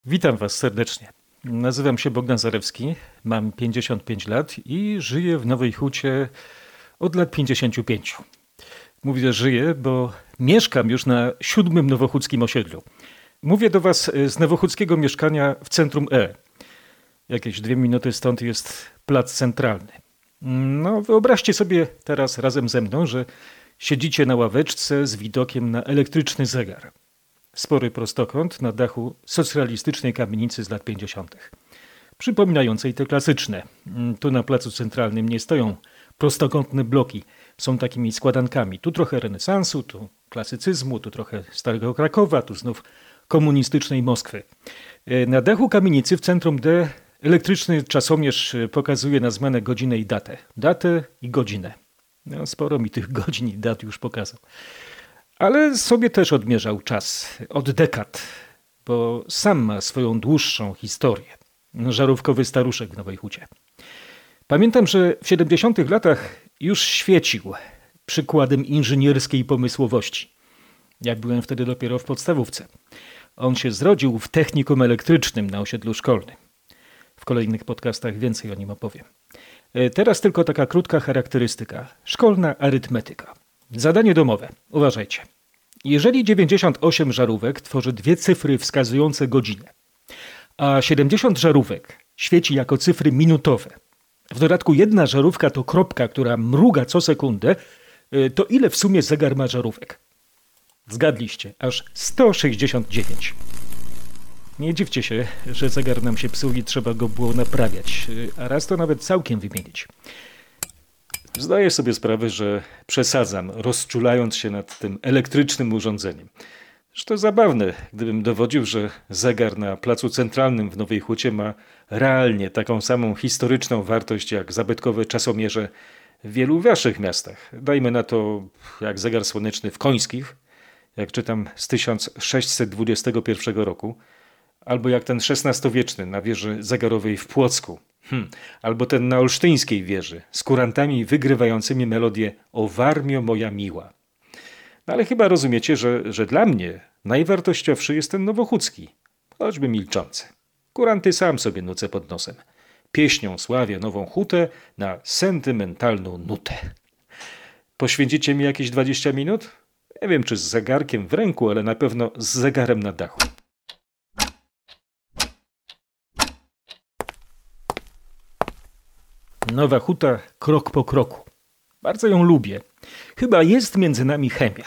Witam Was serdecznie. Nazywam się Bogdan Zarewski, mam 55 lat i żyję w Nowej Hucie od lat 55. Mówię, że żyję, bo mieszkam już na 7. nowochódzkim osiedlu. Mówię do Was z nowochódzkiego mieszkania w centrum E. Jakieś 2 minuty stąd jest plac centralny. No, wyobraźcie sobie teraz razem ze mną, że siedzicie na ławeczce z widokiem na elektryczny zegar. Spory prostokąt na dachu socjalistycznej kamienicy z lat 50., przypominającej te klasyczne. Tu na placu centralnym nie stoją prostokątne bloki, są takimi składankami. Tu trochę renesansu, tu klasycyzmu, tu trochę starego Krakowa, tu znów komunistycznej Moskwy. Na dachu kamienicy w centrum D elektryczny czasomierz pokazuje na zmianę godzinę i datę. Datę i godzinę. No, sporo mi tych godzin i dat już pokazał. Ale sobie też odmierzał czas od dekad, bo sam ma swoją dłuższą historię. Żarówkowy staruszek w Nowej Hucie. Pamiętam, że w 70. latach już świecił przykładem inżynierskiej pomysłowości. Jak byłem wtedy dopiero w podstawówce. On się zrodził w technikum elektrycznym na osiedlu szkolnym. W kolejnych podcastach więcej o nim opowiem. Teraz tylko taka krótka charakterystyka. Szkolna arytmetyka. Zadanie domowe. Uważajcie. Jeżeli 98 żarówek tworzy 2 cyfry wskazujące godzinę, a 70 żarówek świeci jako cyfry minutowe, w dodatku jedna żarówka to kropka, która mruga co sekundę, to ile w sumie zegar ma żarówek? Zgadliście, aż 169. Nie dziwcie się, że zegar nam się psuł i trzeba go było naprawiać, a raz to nawet całkiem wymienić. Zdaję sobie sprawę, że przesadzam, rozczulając się nad tym elektrycznym urządzeniem. Zresztą zabawne, gdybym dowodził, że zegar na placu centralnym w Nowej Hucie ma realnie taką samą historyczną wartość jak zabytkowe czasomierze w wielu waszych miastach. Dajmy na to jak zegar słoneczny w Końskich, jak czytam z 1621 roku, albo jak ten XVI-wieczny na wieży zegarowej w Płocku. Albo ten na olsztyńskiej wieży z kurantami wygrywającymi melodię O Warmio moja miła. No ale chyba rozumiecie, że dla mnie najwartościowszy jest ten nowochódzki, choćby milczący. Kuranty sam sobie nucę pod nosem. Pieśnią sławię Nową Hutę na sentymentalną nutę. Poświęcicie mi jakieś 20 minut? Nie wiem, czy z zegarkiem w ręku, ale na pewno z zegarem na dachu. Nowa Huta krok po kroku. Bardzo ją lubię. Chyba jest między nami chemia.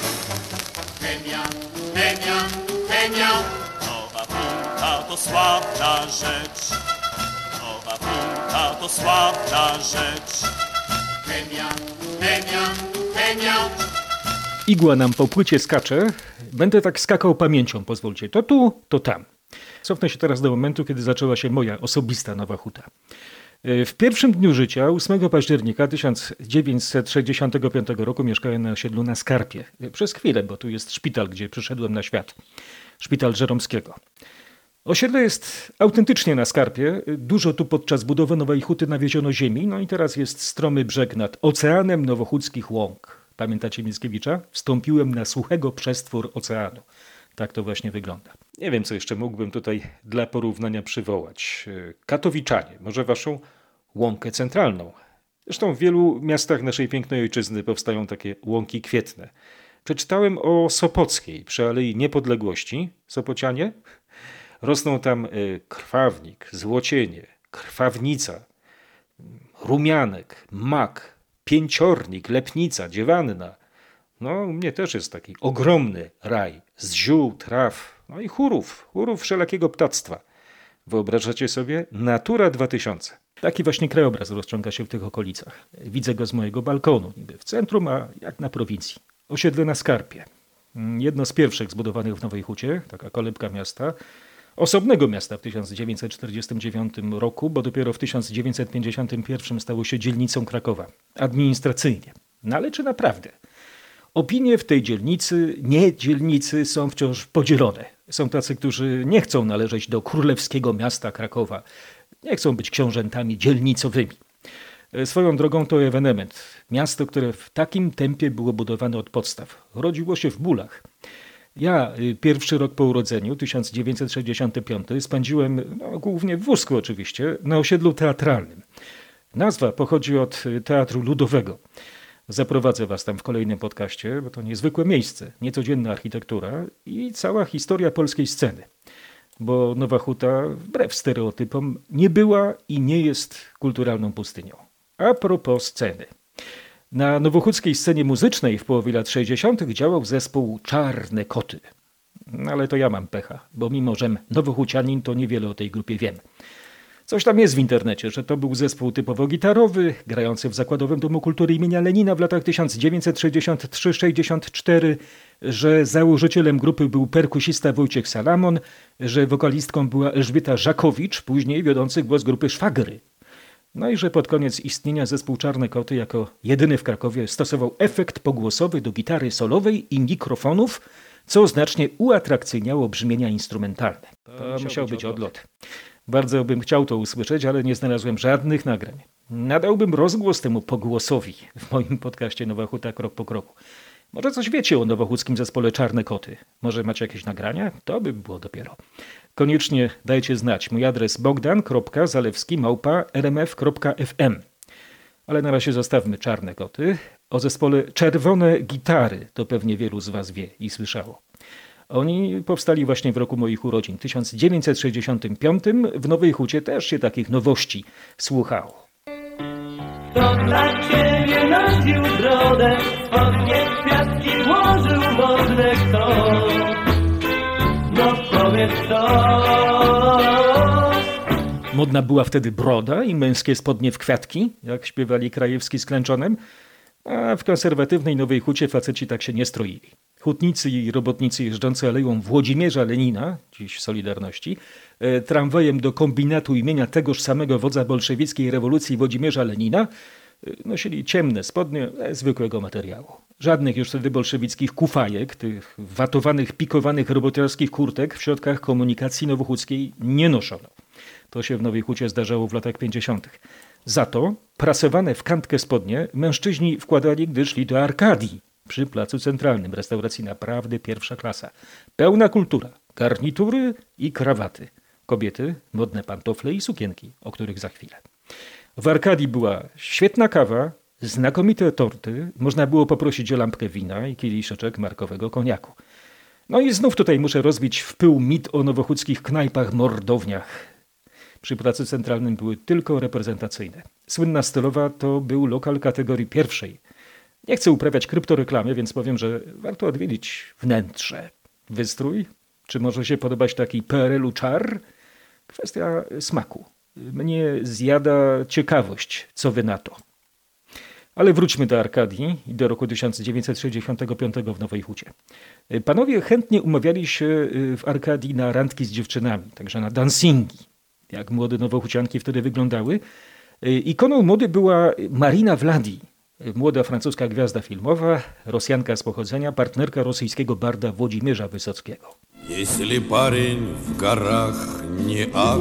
Chemia, chemia, chemia. Nowa Huta to sławna rzecz. Nowa Huta to sławna rzecz. Chemia, chemia, chemia. Igła nam po płycie skacze. Będę tak skakał pamięcią, pozwólcie. To tu, to tam. Cofnę się teraz do momentu, kiedy zaczęła się moja osobista Nowa Huta. W pierwszym dniu życia, 8 października 1965 roku, mieszkałem na osiedlu na Skarpie. Przez chwilę, bo tu jest szpital, gdzie przyszedłem na świat. Szpital Żeromskiego. Osiedle jest autentycznie na Skarpie. Dużo tu podczas budowy Nowej Huty nawieziono ziemi. No i teraz jest stromy brzeg nad oceanem nowochódzkich łąk. Pamiętacie Mickiewicza? Wstąpiłem na suchego przestwór oceanu. Tak to właśnie wygląda. Nie wiem, co jeszcze mógłbym tutaj dla porównania przywołać. Katowiczanie, może waszą łąkę centralną. Zresztą w wielu miastach naszej pięknej ojczyzny powstają takie łąki kwietne. Przeczytałem o Sopockiej przy Alei Niepodległości. Sopocianie? Rosną tam krwawnik, złocienie, krwawnica, rumianek, mak, pięciornik, lepnica, dziewanna. No, u mnie też jest taki ogromny raj z ziół, traw, no i chórów wszelakiego ptactwa. Wyobrażacie sobie? Natura 2000. Taki właśnie krajobraz rozciąga się w tych okolicach. Widzę go z mojego balkonu, niby w centrum, a jak na prowincji. Osiedle na Skarpie. Jedno z pierwszych zbudowanych w Nowej Hucie, taka kolebka miasta. Osobnego miasta w 1949 roku, bo dopiero w 1951 stało się dzielnicą Krakowa. Administracyjnie. No ale czy naprawdę? Opinie w tej dzielnicy są wciąż podzielone. Są tacy, którzy nie chcą należeć do królewskiego miasta Krakowa. Nie chcą być książętami dzielnicowymi. Swoją drogą to ewenement. Miasto, które w takim tempie było budowane od podstaw. Rodziło się w bólach. Ja pierwszy rok po urodzeniu, 1965, spędziłem, głównie w wózku oczywiście, na osiedlu teatralnym. Nazwa pochodzi od Teatru Ludowego. Zaprowadzę was tam w kolejnym podcaście, bo to niezwykłe miejsce, niecodzienna architektura i cała historia polskiej sceny. Bo Nowa Huta, wbrew stereotypom, nie była i nie jest kulturalną pustynią. A propos sceny. Na nowochódzkiej scenie muzycznej w połowie lat 60. działał zespół Czarne Koty. Ale to ja mam pecha, bo mimo żem nowochócianin, to niewiele o tej grupie wiem. Coś tam jest w internecie, że to był zespół typowo gitarowy, grający w Zakładowym Domu Kultury imienia Lenina w latach 1963-64, że założycielem grupy był perkusista Wojciech Salamon, że wokalistką była Elżbieta Żakowicz, później wiodący głos grupy Szwagry. No i że pod koniec istnienia zespół Czarne Koty jako jedyny w Krakowie stosował efekt pogłosowy do gitary solowej i mikrofonów, co znacznie uatrakcyjniało brzmienia instrumentalne. To musiał być odlot. Bardzo bym chciał to usłyszeć, ale nie znalazłem żadnych nagrań. Nadałbym rozgłos temu pogłosowi w moim podcaście Nowa Huta Krok po kroku. Może coś wiecie o nowochódzkim zespole Czarne Koty? Może macie jakieś nagrania? To by było dopiero. Koniecznie dajcie znać. Mój adres bogdan.zalewski@rmf.fm. Ale na razie zostawmy Czarne Koty. O zespole Czerwone Gitary to pewnie wielu z was wie i słyszało. Oni powstali właśnie w roku moich urodzin, 1965. W Nowej Hucie też się takich nowości słuchało. Kto dla ciebie nosił brodę, spodnie kwiatki włożył modne, kto? No powiedz kto. Modna była wtedy broda i męskie spodnie w kwiatki, jak śpiewali Krajewski z Klęczonem, a w konserwatywnej Nowej Hucie faceci tak się nie stroili. Hutnicy i robotnicy jeżdżący aleją Włodzimierza Lenina, dziś Solidarności, tramwajem do kombinatu imienia tegoż samego wodza bolszewickiej rewolucji Włodzimierza Lenina, nosili ciemne spodnie zwykłego materiału. Żadnych już wtedy bolszewickich kufajek, tych watowanych, pikowanych roboterskich kurtek w środkach komunikacji nowochódzkiej nie noszono. To się w Nowej Hucie zdarzało w latach 50. Za to prasowane w kantkę spodnie mężczyźni wkładali, gdy szli do Arkadii przy Placu Centralnym, restauracji naprawdę pierwsza klasa. Pełna kultura, garnitury i krawaty. Kobiety, modne pantofle i sukienki, o których za chwilę. W Arkadii była świetna kawa, znakomite torty, można było poprosić o lampkę wina i kieliszeczek markowego koniaku. No i znów tutaj muszę rozbić w pył mit o nowochódzkich knajpach, mordowniach. Przy Placu Centralnym były tylko reprezentacyjne. Słynna Stylowa to był lokal kategorii pierwszej. Nie chcę uprawiać kryptoreklamy, więc powiem, że warto odwiedzić wnętrze. Wystrój? Czy może się podobać taki PRL-u czar? Kwestia smaku. Mnie zjada ciekawość, co wy na to. Ale wróćmy do Arkadii i do roku 1965 w Nowej Hucie. Panowie chętnie umawiali się w Arkadii na randki z dziewczynami, także na dancingi. Jak młode nowochucianki wtedy wyglądały. Ikoną mody była Marina Vladi, młoda francuska gwiazda filmowa, Rosjanka z pochodzenia, partnerka rosyjskiego barda Włodzimierza Wysockiego. Jeśli pareń w горах nie ад,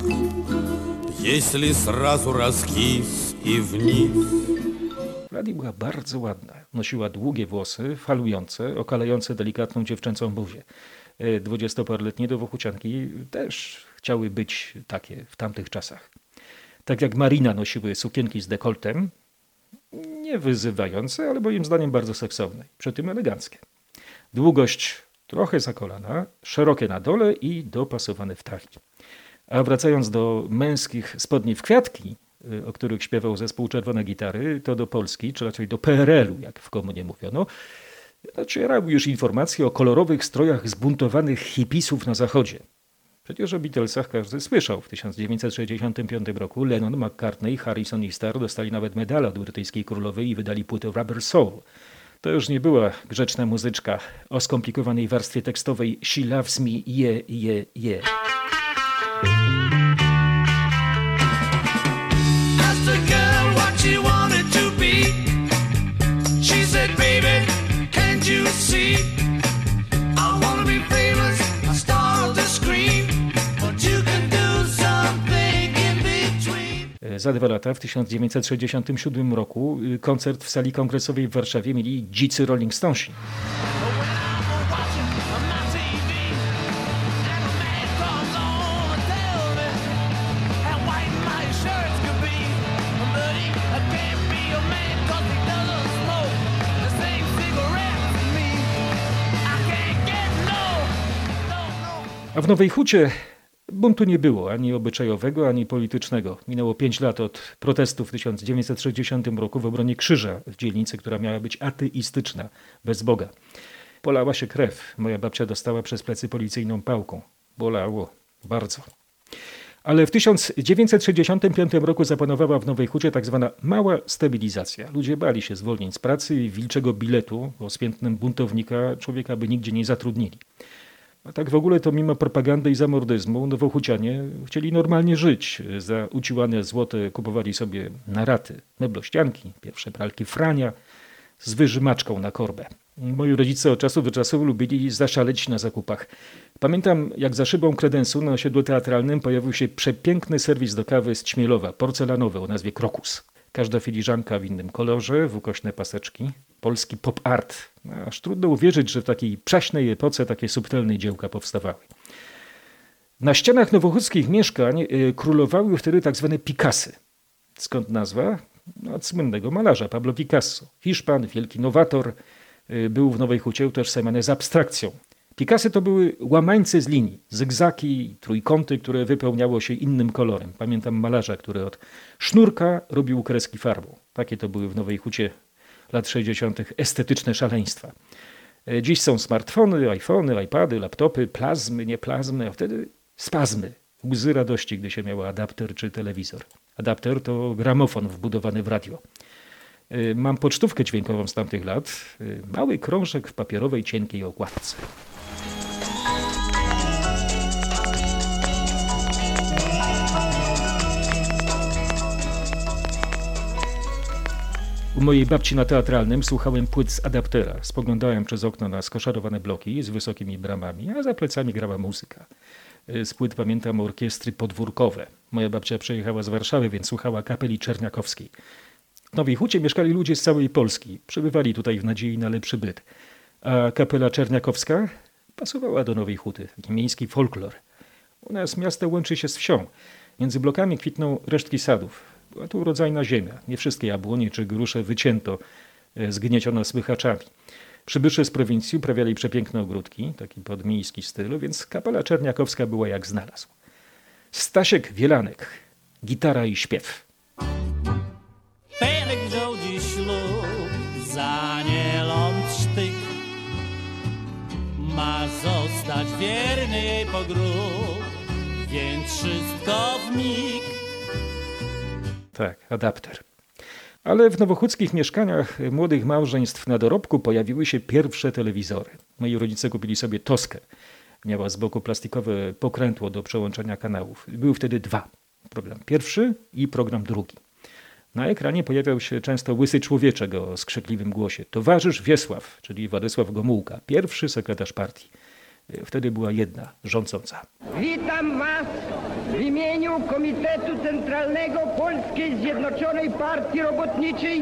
jeśli zrazu rozkis i wniz. Vladi była bardzo ładna. Nosiła długie włosy, falujące, okalające delikatną dziewczęcą buzię. 20-paroletnie nowochucianki też chciały być takie w tamtych czasach. Tak jak Marina nosiły sukienki z dekoltem, nie wyzywające, ale moim zdaniem bardzo seksowne, przy tym eleganckie. Długość trochę za kolana, szerokie na dole i dopasowane w talii. A wracając do męskich spodni w kwiatki, o których śpiewał zespół Czerwone Gitary, to do Polski, czy raczej do PRL-u, jak w komunie mówiono, docierały już informacje o kolorowych strojach zbuntowanych hipisów na zachodzie. Przecież o Beatlesach każdy słyszał. W 1965 roku Lennon, McCartney, Harrison i Starr dostali nawet medal od brytyjskiej królowej i wydali płytę Rubber Soul. To już nie była grzeczna muzyczka o skomplikowanej warstwie tekstowej She loves me, yeah, yeah, yeah. Asked a girl what she wanted to be. She said, baby, can't you see? I wanna be famous, a star of the screen, but you can do something in between. Za 2 lata, w 1967 roku, koncert w sali kongresowej w Warszawie mieli dzicy Rolling Stonesi. But when I'm watching, I'm A w Nowej Hucie buntu nie było, ani obyczajowego, ani politycznego. Minęło 5 lat od protestów w 1960 roku w obronie Krzyża w dzielnicy, która miała być ateistyczna, bez Boga. Polała się krew. Moja babcia dostała przez plecy policyjną pałką. Bolało bardzo. Ale w 1965 roku zapanowała w Nowej Hucie tak zwana mała stabilizacja. Ludzie bali się zwolnień z pracy i wilczego biletu o spiętnym buntownika człowieka by nigdzie nie zatrudnili. A tak w ogóle to mimo propagandy i zamordyzmu nowochucianie chcieli normalnie żyć. Za uciłane złote kupowali sobie na raty meblościanki, pierwsze pralki Frania z wyżymaczką na korbę. Moi rodzice od czasu do czasu lubili zaszaleć na zakupach. Pamiętam, jak za szybą kredensu na osiedlu teatralnym pojawił się przepiękny serwis do kawy z Ćmielowa, porcelanowy o nazwie Krokus. Każda filiżanka w innym kolorze, w ukośne paseczki. Polski pop art. Aż trudno uwierzyć, że w takiej przaśnej epoce takie subtelne dziełka powstawały. Na ścianach nowochódzkich mieszkań królowały wtedy tak zwane Picasy. Skąd nazwa? Od słynnego malarza Pablo Picasso. Hiszpan, wielki nowator, był w Nowej Hucie utożsamiany z abstrakcją. Picasy to były łamańce z linii, zygzaki, trójkąty, które wypełniało się innym kolorem. Pamiętam malarza, który od sznurka robił kreski farbą. Takie to były w Nowej Hucie lat 60. estetyczne szaleństwa. Dziś są smartfony, iPhony, iPady, laptopy, plazmy, nie plazmy, a wtedy spazmy. Łzy radości, gdy się miało adapter czy telewizor. Adapter to gramofon wbudowany w radio. Mam pocztówkę dźwiękową z tamtych lat. Mały krążek w papierowej, cienkiej okładce. U mojej babci na Teatralnym słuchałem płyt z adaptera. Spoglądałem przez okno na skoszarowane bloki z wysokimi bramami, a za plecami grała muzyka. Z płyt pamiętam orkiestry podwórkowe. Moja babcia przyjechała z Warszawy, więc słuchała kapeli czerniakowskiej. W Nowej Hucie mieszkali ludzie z całej Polski. Przybywali tutaj w nadziei na lepszy byt. A kapela czerniakowska pasowała do Nowej Huty. Taki miejski folklor. U nas miasto łączy się z wsią. Między blokami kwitną resztki sadów. Była tu urodzajna ziemia. Nie wszystkie jabłonie czy grusze wycięto, zgnieciono słychaczami. Przybysze z prowincji uprawiali przepiękne ogródki, taki podmiejski styl, więc kapela czerniakowska była jak znalazł. Stasiek Wielanek, gitara i śpiew. Felek wziął dziś ślub, za Anielą sztyk. Ma zostać wierny jej po grób, więc wszystko w mig. Tak, adapter. Ale w nowochódzkich mieszkaniach młodych małżeństw na dorobku pojawiły się pierwsze telewizory. Moi rodzice kupili sobie Toskę. Miała z boku plastikowe pokrętło do przełączania kanałów. Były wtedy 2. Program pierwszy i program drugi. Na ekranie pojawiał się często łysy człowieczek o skrzykliwym głosie. Towarzysz Wiesław, czyli Władysław Gomułka, pierwszy sekretarz partii. Wtedy była jedna, rządząca. Witam Was w imieniu Komitetu Centralnego Polskiej Zjednoczonej Partii Robotniczej,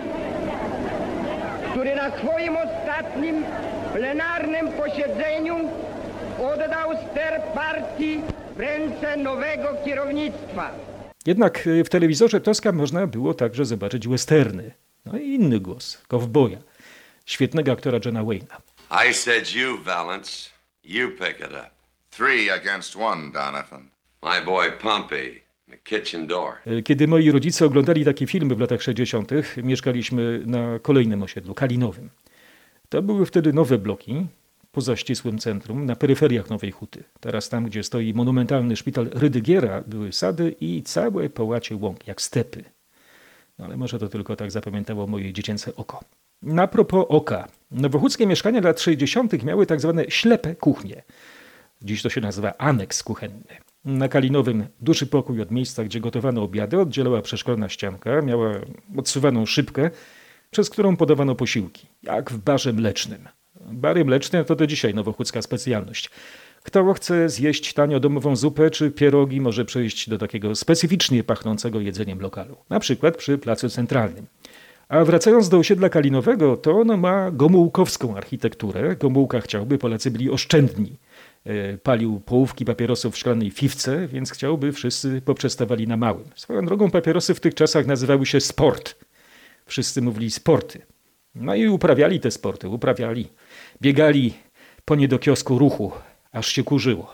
który na swoim ostatnim plenarnym posiedzeniu oddał ster partii w ręce nowego kierownictwa. Jednak w telewizorze Toska można było także zobaczyć westerny. No i inny głos, kowboja, świetnego aktora Johna Wayne'a. I said you, Valance. You pick it up. 3 against 1, Donovan. My boy Pompey, the kitchen door. Kiedy moi rodzice oglądali takie filmy w latach 60., mieszkaliśmy na kolejnym osiedlu, Kalinowym. To były wtedy nowe bloki, poza ścisłym centrum, na peryferiach Nowej Huty. Teraz tam, gdzie stoi monumentalny szpital Rydygiera, były sady i całe połacie łąk, jak stepy. No ale może to tylko tak zapamiętało moje dziecięce oko. Na propos oka. Nowochódzkie mieszkania lat 60. miały tak zwane ślepe kuchnie. Dziś to się nazywa aneks kuchenny. Na Kalinowym duży pokój od miejsca, gdzie gotowano obiady, oddzielała przeszklona ścianka, miała odsuwaną szybkę, przez którą podawano posiłki, jak w barze mlecznym. Bary mleczne to do dzisiaj nowochódzka specjalność. Kto chce zjeść tanio domową zupę czy pierogi, może przejść do takiego specyficznie pachnącego jedzeniem lokalu. Na przykład przy Placu Centralnym. A wracając do osiedla Kalinowego, to ono ma gomułkowską architekturę. Gomułka chciał, by Polacy byli oszczędni. Palił połówki papierosów w szklanej fiwce, więc chciał, by wszyscy poprzestawali na małym. Swoją drogą papierosy w tych czasach nazywały się sport. Wszyscy mówili sporty. No i uprawiali te sporty, Biegali po nie do kiosku ruchu, aż się kurzyło.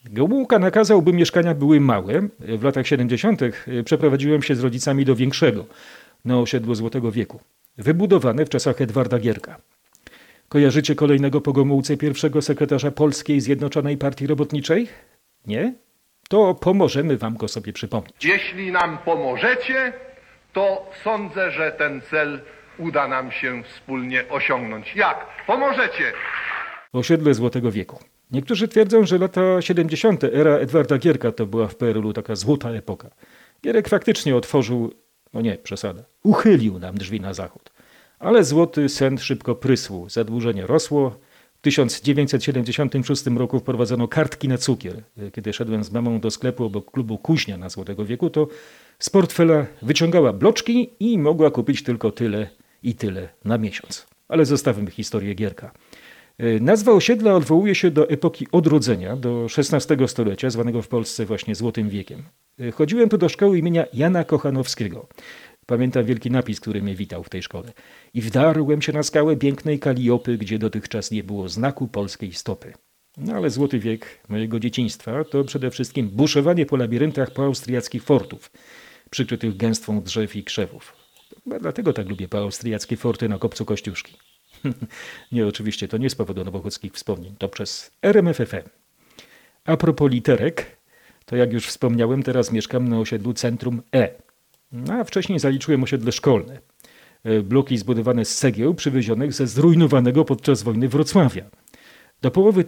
Gomułka nakazał, by mieszkania były małe. W latach 70. przeprowadziłem się z rodzicami do większego, na osiedlu Złotego Wieku, wybudowane w czasach Edwarda Gierka. Kojarzycie kolejnego po Gomułce pierwszego sekretarza Polskiej Zjednoczonej Partii Robotniczej? Nie? To pomożemy wam go sobie przypomnieć. Jeśli nam pomożecie, to sądzę, że ten cel uda nam się wspólnie osiągnąć. Jak? Pomożecie! Osiedle Złotego Wieku. Niektórzy twierdzą, że lata 70. era Edwarda Gierka to była w PRL-u taka złota epoka. Gierek faktycznie otworzył, no nie, przesada, uchylił nam drzwi na zachód. Ale złoty sen szybko prysł, zadłużenie rosło. W 1976 roku wprowadzono kartki na cukier. Kiedy szedłem z mamą do sklepu obok klubu Kuźnia na Złotego Wieku, to z portfela wyciągała bloczki i mogła kupić tylko tyle i tyle na miesiąc. Ale zostawmy historię Gierka. Nazwa osiedla odwołuje się do epoki odrodzenia, do XVI stulecia, zwanego w Polsce właśnie Złotym Wiekiem. Chodziłem tu do szkoły imienia Jana Kochanowskiego. Pamiętam wielki napis, który mnie witał w tej szkole. I wdarłem się na skałę pięknej Kaliopy, gdzie dotychczas nie było znaku polskiej stopy. No ale Złoty Wiek mojego dzieciństwa to przede wszystkim buszowanie po labiryntach poaustriackich fortów, przykrytych gęstwą drzew i krzewów. Chyba dlatego tak lubię poaustriackie forty na kopcu Kościuszki. Nie, oczywiście to nie z powodu nowochódzkich wspomnień, to przez RMFFM. A propos literek, to jak już wspomniałem, teraz mieszkam na osiedlu Centrum E. A wcześniej zaliczyłem osiedle szkolne. Bloki zbudowane z cegieł przywiezionych ze zrujnowanego podczas wojny Wrocławia. Do połowy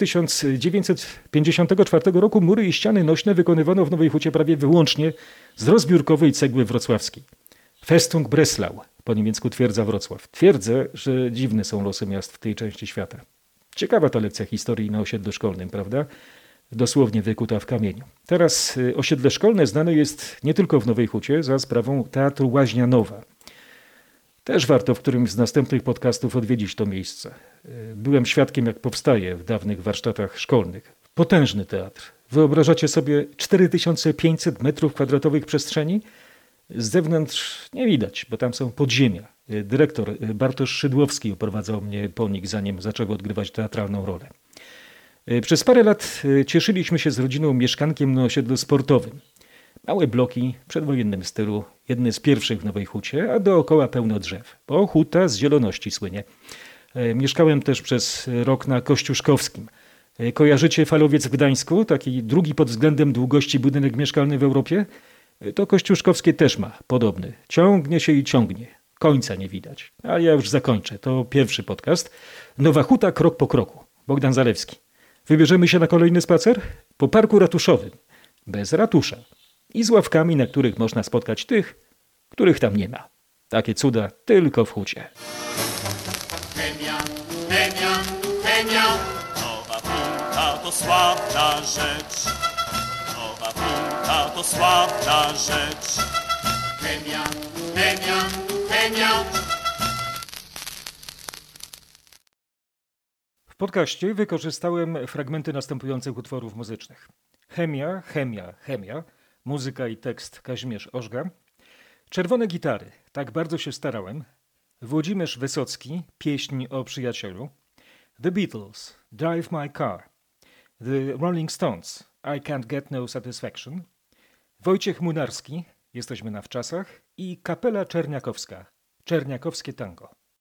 1954 roku mury i ściany nośne wykonywano w Nowej Hucie prawie wyłącznie z rozbiórkowej cegły wrocławskiej. Festung Breslau, po niemiecku twierdza Wrocław. Twierdzę, że dziwne są losy miast w tej części świata. Ciekawa ta lekcja historii na osiedlu szkolnym, prawda? Dosłownie wykuta w kamieniu. Teraz osiedle szkolne znane jest nie tylko w Nowej Hucie za sprawą Teatru Łaźnia Nowa. Też warto w którymś z następnych podcastów odwiedzić to miejsce. Byłem świadkiem, jak powstaje w dawnych warsztatach szkolnych. Potężny teatr. Wyobrażacie sobie 4500 metrów kwadratowych przestrzeni? Z zewnątrz nie widać, bo tam są podziemia. Dyrektor Bartosz Szydłowski oprowadzał mnie po nich, zanim zaczął odgrywać teatralną rolę. Przez parę lat cieszyliśmy się z rodziną mieszkankiem na osiedlu sportowym. Małe bloki w przedwojennym stylu, jedne z pierwszych w Nowej Hucie, a dookoła pełno drzew, bo huta z zieloności słynie. Mieszkałem też przez rok na Kościuszkowskim. Kojarzycie Falowiec w Gdańsku, taki drugi pod względem długości budynek mieszkalny w Europie? To Kościuszkowskie też ma podobny. Ciągnie się i ciągnie. Końca nie widać. A ja już zakończę. To pierwszy podcast. Nowa Huta krok po kroku. Bogdan Zalewski. Wybierzemy się na kolejny spacer? Po parku ratuszowym. Bez ratusza. I z ławkami, na których można spotkać tych, których tam nie ma. Takie cuda tylko w Hucie. Chemia, chemia, chemia. Nowa Huta to sławna rzecz. Nowa Huta to sławna rzecz. Chemia, chemia, chemia. W podcaście wykorzystałem fragmenty następujących utworów muzycznych. Chemia, chemia, chemia. Muzyka i tekst Kazimierz Ożga. Czerwone gitary. Tak bardzo się starałem. Włodzimierz Wysocki. Pieśń o przyjacielu. The Beatles. Drive My Car. The Rolling Stones. I Can't Get No Satisfaction. Wojciech Młynarski. Jesteśmy na wczasach. I Kapela Czerniakowska. Czerniakowskie tango.